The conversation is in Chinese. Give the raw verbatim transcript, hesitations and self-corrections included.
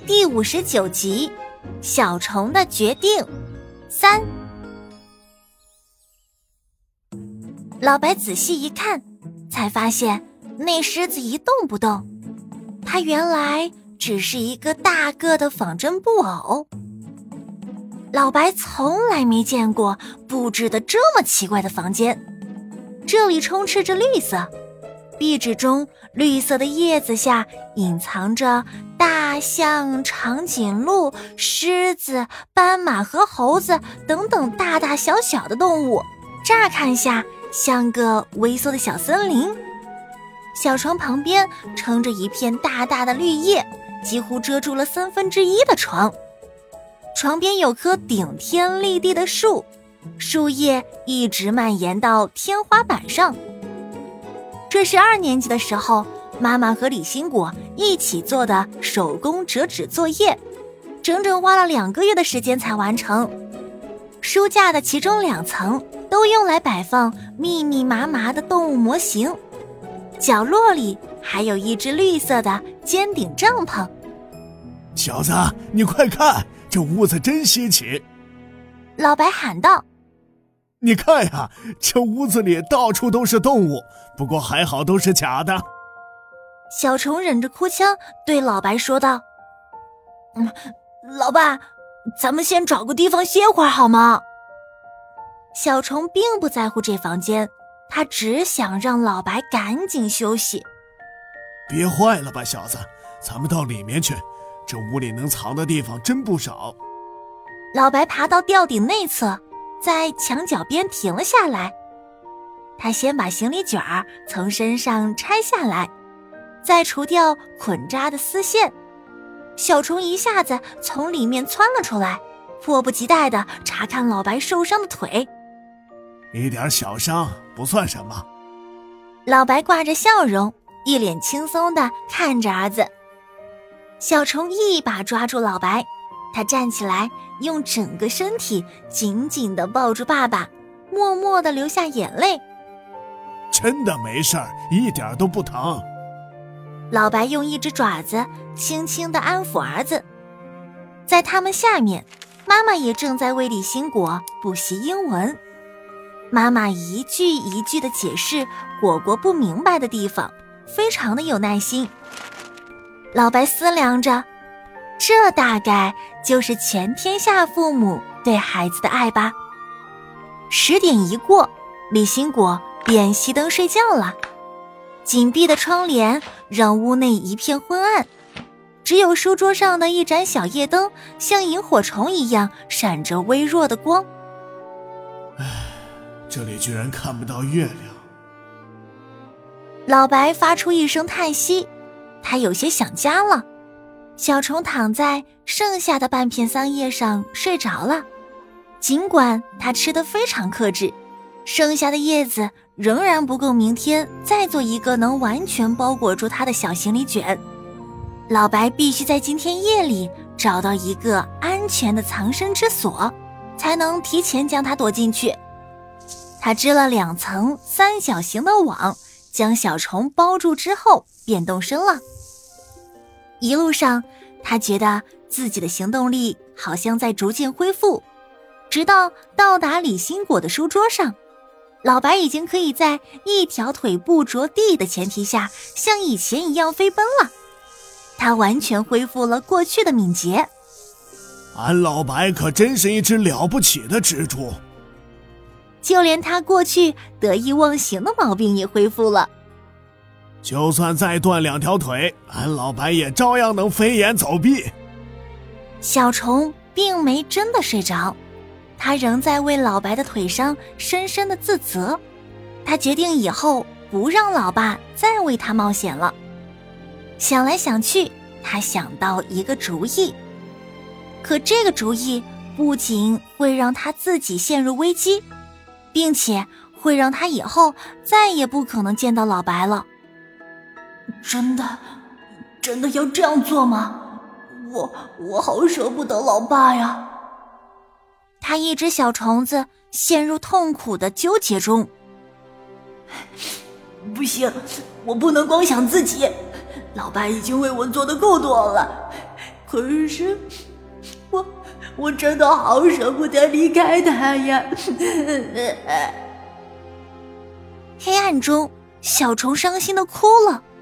第五十九集，小虫的决定三。老白仔细一看，才发现那狮子一动不动，它原来只是一个大个的仿真布偶。老白从来没见过布置的这么奇怪的房间，这里充斥着绿色，壁纸中绿色的叶子下隐藏着大象、长颈鹿、狮子、斑马和猴子等等大大小小的动物，乍看下像个微缩的小森林。小床旁边撑着一片大大的绿叶，几乎遮住了三分之一的床。床边有棵顶天立地的树，树叶一直蔓延到天花板上。这是二年级的时候，妈妈和李新果一起做的手工折纸作业，整整花了两个月的时间才完成。书架的其中两层都用来摆放密密麻麻的动物模型，角落里还有一只绿色的尖顶帐篷。 小子，你快看，这屋子真稀奇！ 老白喊道。 你看呀，这屋子里到处都是动物，不过还好都是假的。 小虫忍着哭腔对老白说道：嗯，老爸，咱们先找个地方歇会儿好吗？小虫并不在乎这房间，他只想让老白赶紧休息。 别坏了吧，小子，咱们到里面去，这屋里能藏的地方真不少。 老白爬到吊顶内侧，在墙角边停了下来。他先把行李卷儿从身上拆下来，再除掉捆扎的丝线。小虫一下子从里面窜了出来，迫不及待地查看老白受伤的腿。 一点小伤不算什么。 老白挂着笑容，一脸轻松地看着儿子。小虫一把抓住老白，他站起来，用整个身体紧紧地抱住爸爸，默默地流下眼泪。 真的没事儿，一点都不疼。 老白用一只爪子轻轻地安抚儿子。在他们下面，妈妈也正在为李新果补习英文。妈妈一句一句地解释果果不明白的地方，非常的有耐心。老白思量着，这大概就是全天下父母对孩子的爱吧。十点一过，李新果便熄灯睡觉了。紧闭的窗帘让屋内一片昏暗，只有书桌上的一盏小夜灯像萤火虫一样闪着微弱的光。 唉，这里居然看不到月亮。 老白发出一声叹息，他有些想家了。小虫躺在剩下的半片桑叶上睡着了，尽管他吃得非常克制，剩下的叶子仍然不够明天再做一个能完全包裹住他的小行李卷。老白必须在今天夜里找到一个安全的藏身之所，才能提前将它躲进去。他织了两层三角形的网，将小虫包住之后便动身了。一路上他觉得自己的行动力好像在逐渐恢复，直到到达李新果的书桌上，老白已经可以在一条腿不着地的前提下像以前一样飞奔了。他完全恢复了过去的敏捷。 俺老白可真是一只了不起的蜘蛛， 就连他过去得意忘形的毛病也恢复了。 就算再断两条腿，俺老白也照样能飞檐走壁。 小虫并没真的睡着，他仍在为老白的腿伤深深的自责。他决定以后不让老爸再为他冒险了。想来想去，他想到一个主意。可这个主意不仅会让他自己陷入危机，并且会让他以后再也不可能见到老白了。真的真的要这样做吗？我我好舍不得老爸呀。他一只小虫子陷入痛苦的纠结中。不行，我不能光想自己，老爸已经为我做得够多了， 可是我我真的好舍不得离开他呀。 黑暗中，小虫伤心的哭了。